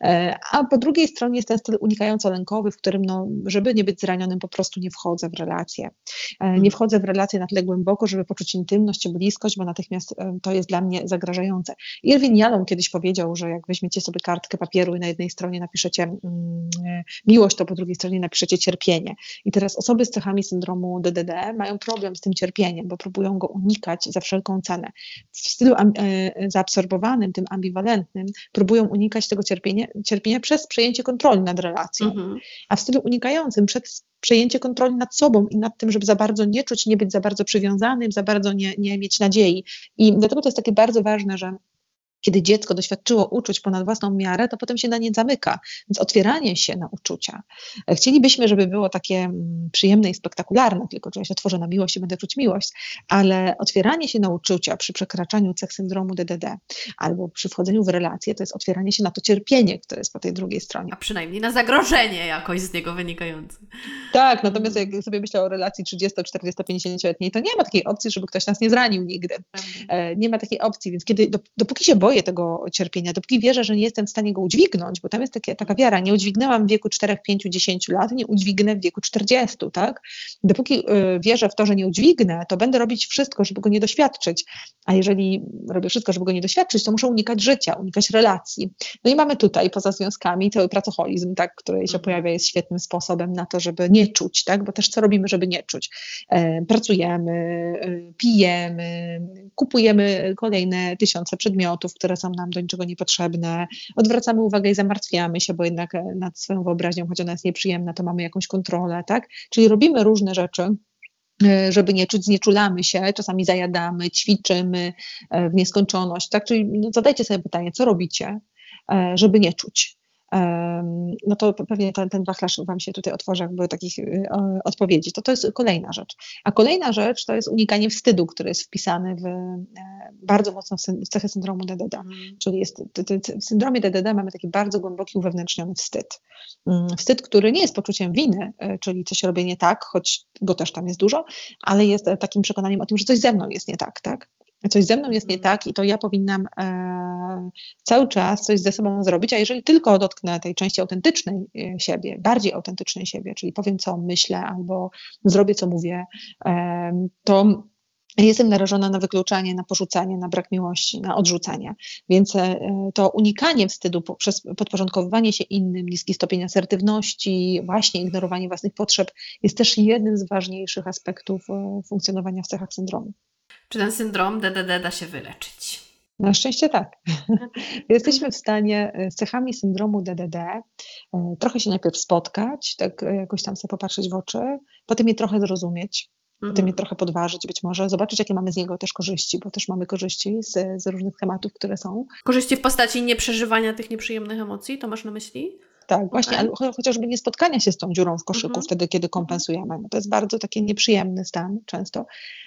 A po drugiej stronie jest ten styl unikająco-lękowy, w którym, no, żeby nie być zranionym, po prostu nie wchodzę w relacje. Nie wchodzę w relacje na tyle głęboko, żeby poczuć intymność, bliskość, bo natychmiast to jest dla mnie zagrażające. Irwin Yalom kiedyś powiedział, że jak weźmiecie sobie kartkę papieru i na jednej stronie napiszecie mm, miłość, to po drugiej stronie napiszecie cierpienie. I teraz osoby z cechami syndromu D D D mają problem z tym cierpieniem, bo próbują go unikać za wszelką cenę. W stylu am, e, zaabsorbowanym, tym ambiwalentnym, próbują unikać tego cierpienia, cierpienia przez przejęcie kontroli nad relacją, mhm. a w stylu unikającym przez przejęcie kontroli nad sobą i nad tym, żeby za bardzo nie czuć, nie być za bardzo przywiązanym, za bardzo nie, nie mieć nadziei. I dlatego to jest takie bardzo ważne, że kiedy dziecko doświadczyło uczuć ponad własną miarę, to potem się na nie zamyka. Więc otwieranie się na uczucia. Chcielibyśmy, żeby było takie przyjemne i spektakularne, tylko że ja się otworzę na miłość i będę czuć miłość, ale otwieranie się na uczucia przy przekraczaniu cech syndromu D D D albo przy wchodzeniu w relacje, to jest otwieranie się na to cierpienie, które jest po tej drugiej stronie. A przynajmniej na zagrożenie jakoś z niego wynikające. Tak, natomiast jak sobie myślę o relacji trzydziesto, czterdziesto, pięćdziesięcioletniej, to nie ma takiej opcji, żeby ktoś nas nie zranił nigdy. Nie ma takiej opcji, więc kiedy, dopóki się boję tego cierpienia, dopóki wierzę, że nie jestem w stanie go udźwignąć, bo tam jest takie, taka wiara, nie udźwignęłam w wieku czterech, pięciu, dziesięciu lat, nie udźwignę w wieku czterdziestu, tak? Dopóki y, wierzę w to, że nie udźwignę, to będę robić wszystko, żeby go nie doświadczyć, a jeżeli robię wszystko, żeby go nie doświadczyć, to muszę unikać życia, unikać relacji. No i mamy tutaj, poza związkami, cały pracoholizm, tak, który się pojawia, jest świetnym sposobem na to, żeby nie czuć, tak? Bo też co robimy, żeby nie czuć? E, pracujemy, e, pijemy, kupujemy kolejne tysiące przedmiotów, które są nam do niczego niepotrzebne, odwracamy uwagę i zamartwiamy się, bo jednak nad swoją wyobraźnią, choć ona jest nieprzyjemna, to mamy jakąś kontrolę, tak? Czyli robimy różne rzeczy, żeby nie czuć, znieczulamy się, czasami zajadamy, ćwiczymy w nieskończoność, tak? Czyli no, zadajcie sobie pytanie, co robicie, żeby nie czuć? No to pewnie ten, ten wachlarz Wam się tutaj otworzy jakby takich odpowiedzi. To to jest kolejna rzecz. A kolejna rzecz to jest unikanie wstydu, który jest wpisany w, bardzo mocno w cechę syndromu D D D. Mm. Czyli jest, w syndromie D D D mamy taki bardzo głęboki uwewnętrzniony wstyd. Wstyd, który nie jest poczuciem winy, czyli coś robię nie tak, choć go też tam jest dużo, ale jest takim przekonaniem o tym, że coś ze mną jest nie tak, tak? Coś ze mną jest nie tak i to ja powinnam e, cały czas coś ze sobą zrobić, a jeżeli tylko dotknę tej części autentycznej siebie, bardziej autentycznej siebie, czyli powiem, co myślę albo zrobię, co mówię, e, to jestem narażona na wykluczanie, na porzucanie, na brak miłości, na odrzucanie. Więc e, to unikanie wstydu poprzez podporządkowywanie się innym, niski stopień asertywności, właśnie ignorowanie własnych potrzeb jest też jednym z ważniejszych aspektów e, funkcjonowania w cechach syndromu. Czy ten syndrom D D D da się wyleczyć? Na szczęście tak. Jesteśmy w stanie z cechami syndromu D D D trochę się najpierw spotkać, tak jakoś tam sobie popatrzeć w oczy, potem je trochę zrozumieć, mhm. potem je trochę podważyć być może, zobaczyć jakie mamy z niego też korzyści, bo też mamy korzyści z, z różnych tematów, które są. Korzyści w postaci nieprzeżywania tych nieprzyjemnych emocji, to masz na myśli? Tak, właśnie, okay. ale chociażby nie spotkania się z tą dziurą w koszyku mm-hmm. wtedy, kiedy kompensujemy. No to jest bardzo taki nieprzyjemny stan często,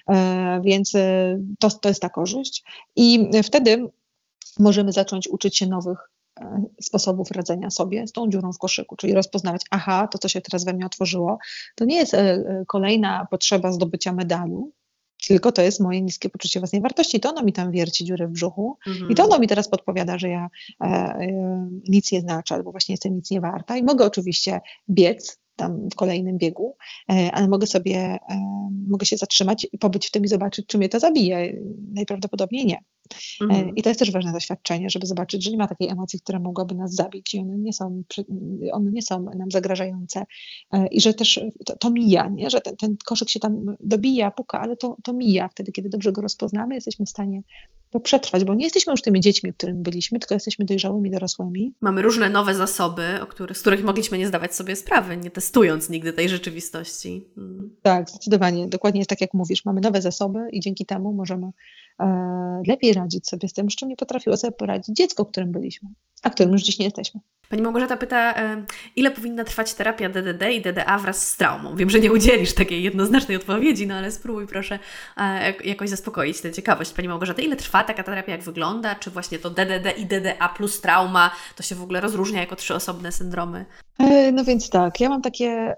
e, więc to, to jest ta korzyść. I wtedy możemy zacząć uczyć się nowych e, sposobów radzenia sobie z tą dziurą w koszyku, czyli rozpoznawać, aha, to co się teraz we mnie otworzyło, to nie jest e, kolejna potrzeba zdobycia medalu, tylko to jest moje niskie poczucie własnej wartości. To ono mi tam wierci dziurę w brzuchu mhm. i to ono mi teraz podpowiada, że ja e, e, nic nie znaczę albo właśnie jestem nic nie warta i mogę oczywiście biec tam w kolejnym biegu, e, ale mogę sobie, e, mogę się zatrzymać i pobyć w tym i zobaczyć, czy mnie to zabije. Najprawdopodobniej nie. Mhm. E, I to jest też ważne doświadczenie, żeby zobaczyć, że nie ma takiej emocji, która mogłaby nas zabić i one nie są, one nie są nam zagrażające e, i że też to, to mija, nie? Że ten, ten koszyk się tam dobija, puka, ale to, to mija. Wtedy, kiedy dobrze go rozpoznamy, jesteśmy w stanie to przetrwać, bo nie jesteśmy już tymi dziećmi, którymi byliśmy, tylko jesteśmy dojrzałymi dorosłymi. Mamy różne nowe zasoby, o których, z których mogliśmy nie zdawać sobie sprawy, nie testując nigdy tej rzeczywistości. Hmm. Tak, zdecydowanie. Dokładnie jest tak, jak mówisz. Mamy nowe zasoby i dzięki temu możemy e, lepiej radzić sobie z tym, z czym nie potrafiło sobie poradzić dziecko, którym byliśmy, a którym już dziś nie jesteśmy. Pani Małgorzata pyta, ile powinna trwać terapia D D D i D D A wraz z traumą? Wiem, że nie udzielisz takiej jednoznacznej odpowiedzi, no ale spróbuj proszę jakoś zaspokoić tę ciekawość. Pani Małgorzata, ile trwa taka terapia, jak wygląda? Czy właśnie to D D D i D D A plus trauma to się w ogóle rozróżnia jako trzy osobne syndromy? No więc tak, ja mam takie,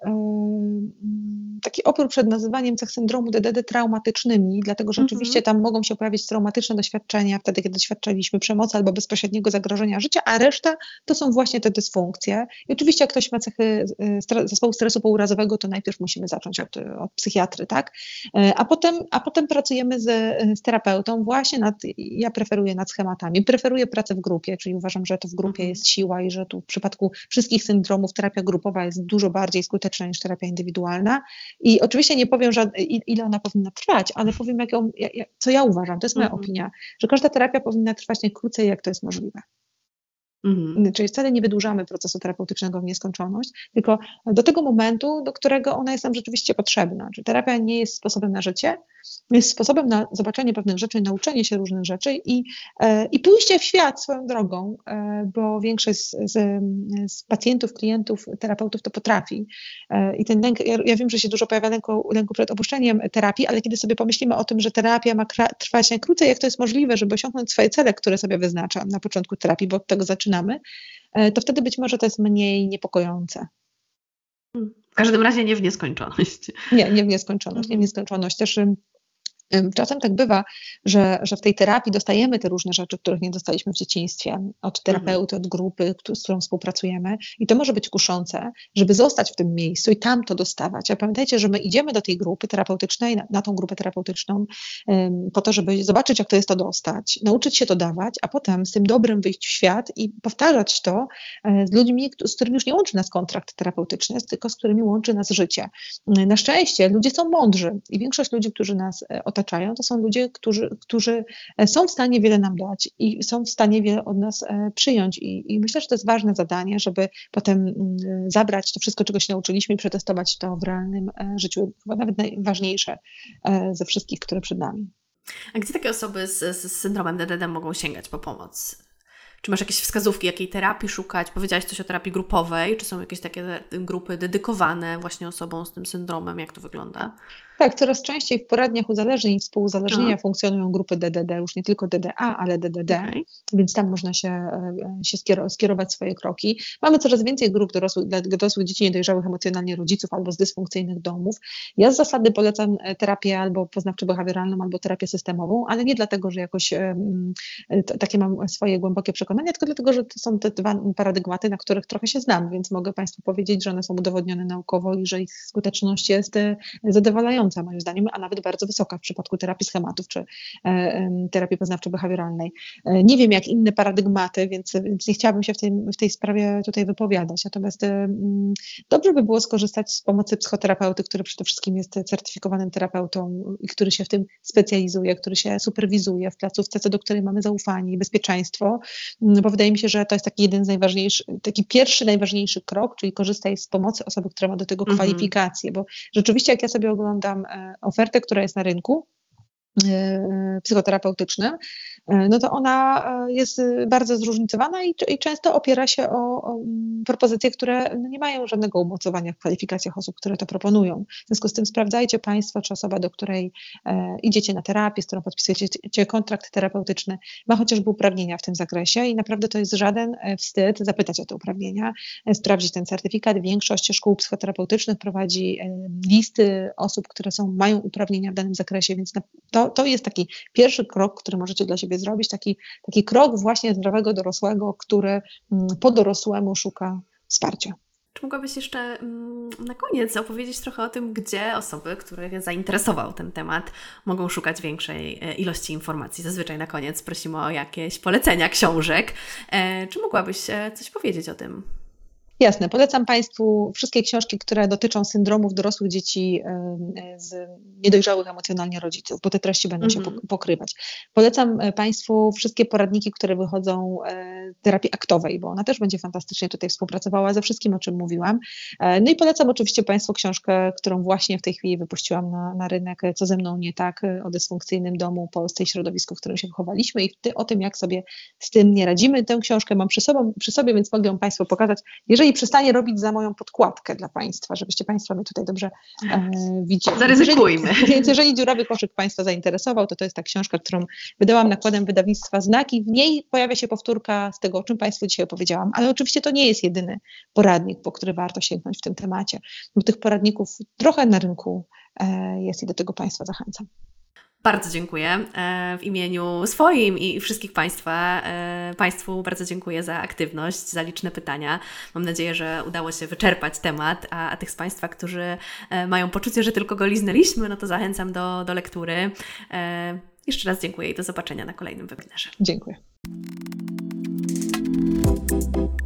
taki opór przed nazywaniem cech syndromu D D D traumatycznymi, dlatego że mm-hmm. oczywiście tam mogą się pojawić traumatyczne doświadczenia wtedy, kiedy doświadczyliśmy przemocy albo bezpośredniego zagrożenia życia, a reszta to są właśnie te dysfunkcje. I oczywiście jak ktoś ma cechy zespołu stresu pourazowego, to najpierw musimy zacząć od, od psychiatry, tak? A potem, a potem pracujemy z, z terapeutą właśnie nad, ja preferuję nad schematami, preferuję pracę w grupie, czyli uważam, że to w grupie jest siła i że tu w przypadku wszystkich syndromów terapia grupowa jest dużo bardziej skuteczna niż terapia indywidualna. I oczywiście nie powiem, że, ile ona powinna trwać, ale powiem, jak ją, jak, co ja uważam, to jest moja mm-hmm. opinia, że każda terapia powinna trwać najkrócej, jak to jest możliwe. Mhm. Czyli wcale nie wydłużamy procesu terapeutycznego w nieskończoność, tylko do tego momentu, do którego ona jest nam rzeczywiście potrzebna. Czyli terapia nie jest sposobem na życie, jest sposobem na zobaczenie pewnych rzeczy, nauczenie się różnych rzeczy i, i pójście w świat swoją drogą, bo większość z, z, z pacjentów, klientów, terapeutów to potrafi. I ten lęk, ja, ja wiem, że się dużo pojawia lęku, lęku przed opuszczeniem terapii, ale kiedy sobie pomyślimy o tym, że terapia ma trwać najkrócej, jak to jest możliwe, żeby osiągnąć swoje cele, które sobie wyznaczam na początku terapii, bo od tego zaczynamy, to wtedy być może to jest mniej niepokojące. W każdym razie nie w nieskończoność. Nie, nie w nieskończoność, nie w nieskończoność. Też czasem tak bywa, że, że w tej terapii dostajemy te różne rzeczy, których nie dostaliśmy w dzieciństwie, od terapeuty, od grupy, z którą współpracujemy i to może być kuszące, żeby zostać w tym miejscu i tam to dostawać. A pamiętajcie, że my idziemy do tej grupy terapeutycznej, na, na tą grupę terapeutyczną um, po to, żeby zobaczyć, jak to jest to dostać, nauczyć się to dawać, a potem z tym dobrym wyjść w świat i powtarzać to e, z ludźmi, z którymi już nie łączy nas kontrakt terapeutyczny, tylko z którymi łączy nas życie. Na szczęście ludzie są mądrzy i większość ludzi, którzy nas otaczają, to są ludzie, którzy, którzy są w stanie wiele nam dać i są w stanie wiele od nas przyjąć. I, i myślę, że to jest ważne zadanie, żeby potem zabrać to wszystko, czego się nauczyliśmy i przetestować to w realnym życiu. Chyba nawet najważniejsze ze wszystkich, które przed nami. A gdzie takie osoby z, z syndromem D D D mogą sięgać po pomoc? Czy masz jakieś wskazówki, jakiej terapii szukać? Powiedziałaś coś o terapii grupowej. Czy są jakieś takie grupy dedykowane właśnie osobom z tym syndromem? Jak to wygląda? Tak, coraz częściej w poradniach uzależnień i współuzależnienia funkcjonują grupy D D D, już nie tylko D D A, ale D D D, okay. Więc tam można się, się skierować swoje kroki. Mamy coraz więcej grup dorosłych, dla dorosłych dzieci niedojrzałych emocjonalnie rodziców albo z dysfunkcyjnych domów. Ja z zasady polecam terapię albo poznawczo-behawioralną, albo terapię systemową, ale nie dlatego, że jakoś t- takie mam swoje głębokie przekonania, tylko dlatego, że to są te dwa paradygmaty, na których trochę się znam, więc mogę Państwu powiedzieć, że one są udowodnione naukowo i że ich skuteczność jest zadowalająca moim zdaniem, a nawet bardzo wysoka w przypadku terapii schematów czy e, terapii poznawczo-behawioralnej. E, nie wiem, jak inne paradygmaty, więc, więc nie chciałabym się w tej, w tej sprawie tutaj wypowiadać. Natomiast e, dobrze by było skorzystać z pomocy psychoterapeuty, który przede wszystkim jest certyfikowanym terapeutą i który się w tym specjalizuje, który się superwizuje w placówce, co do której mamy zaufanie i bezpieczeństwo, bo wydaje mi się, że to jest taki jeden z najważniejszych, taki pierwszy najważniejszy krok, czyli korzystaj z pomocy osoby, która ma do tego mm-hmm. kwalifikacje, bo rzeczywiście jak ja sobie oglądam ofertę, która jest na rynku psychoterapeutycznym, no to ona jest bardzo zróżnicowana i, i często opiera się o, o propozycje, które nie mają żadnego umocowania w kwalifikacjach osób, które to proponują. W związku z tym sprawdzajcie Państwo, czy osoba, do której e, idziecie na terapię, z którą podpisujecie kontrakt terapeutyczny, ma chociażby uprawnienia w tym zakresie i naprawdę to jest żaden wstyd zapytać o te uprawnienia, e, sprawdzić ten certyfikat. Większość szkół psychoterapeutycznych prowadzi e, listy osób, które są, mają uprawnienia w danym zakresie, więc na, to, to jest taki pierwszy krok, który możecie dla siebie zrobić, taki, taki krok właśnie zdrowego dorosłego, który po dorosłemu szuka wsparcia. Czy mogłabyś jeszcze na koniec opowiedzieć trochę o tym, gdzie osoby, których zainteresował ten temat, mogą szukać większej ilości informacji? Zazwyczaj na koniec prosimy o jakieś polecenia książek. Czy mogłabyś coś powiedzieć o tym? Jasne, polecam Państwu wszystkie książki, które dotyczą syndromów dorosłych dzieci z niedojrzałych emocjonalnie rodziców, bo te treści będą mm-hmm. się pokrywać. Polecam Państwu wszystkie poradniki, które wychodzą terapii aktowej, bo ona też będzie fantastycznie tutaj współpracowała ze wszystkim, o czym mówiłam. No i polecam oczywiście Państwu książkę, którą właśnie w tej chwili wypuściłam na, na rynek, Co ze mną nie tak, o dysfunkcyjnym domu, Polsce i środowisku, w którym się wychowaliśmy i ty, o tym, jak sobie z tym nie radzimy. Tę książkę mam przy sobie, przy sobie więc mogę ją Państwu pokazać. Jeżeli przestanie robić za moją podkładkę dla Państwa, żebyście Państwo mnie tutaj dobrze e, widzieli. Zaryzykujmy. Jeżeli, więc jeżeli dziurawy koszyk Państwa zainteresował, to to jest ta książka, którą wydałam nakładem wydawnictwa Znaki. W niej pojawia się powtórka z tego, o czym Państwu dzisiaj opowiedziałam, ale oczywiście to nie jest jedyny poradnik, po który warto sięgnąć w tym temacie, bo tych poradników trochę na rynku e, jest i do tego Państwa zachęcam. Bardzo dziękuję w imieniu swoim i wszystkich Państwa. Państwu bardzo dziękuję za aktywność, za liczne pytania. Mam nadzieję, że udało się wyczerpać temat, a, a tych z Państwa, którzy mają poczucie, że tylko go liznęliśmy, no to zachęcam do, do lektury. Jeszcze raz dziękuję i do zobaczenia na kolejnym webinarze. Dziękuję.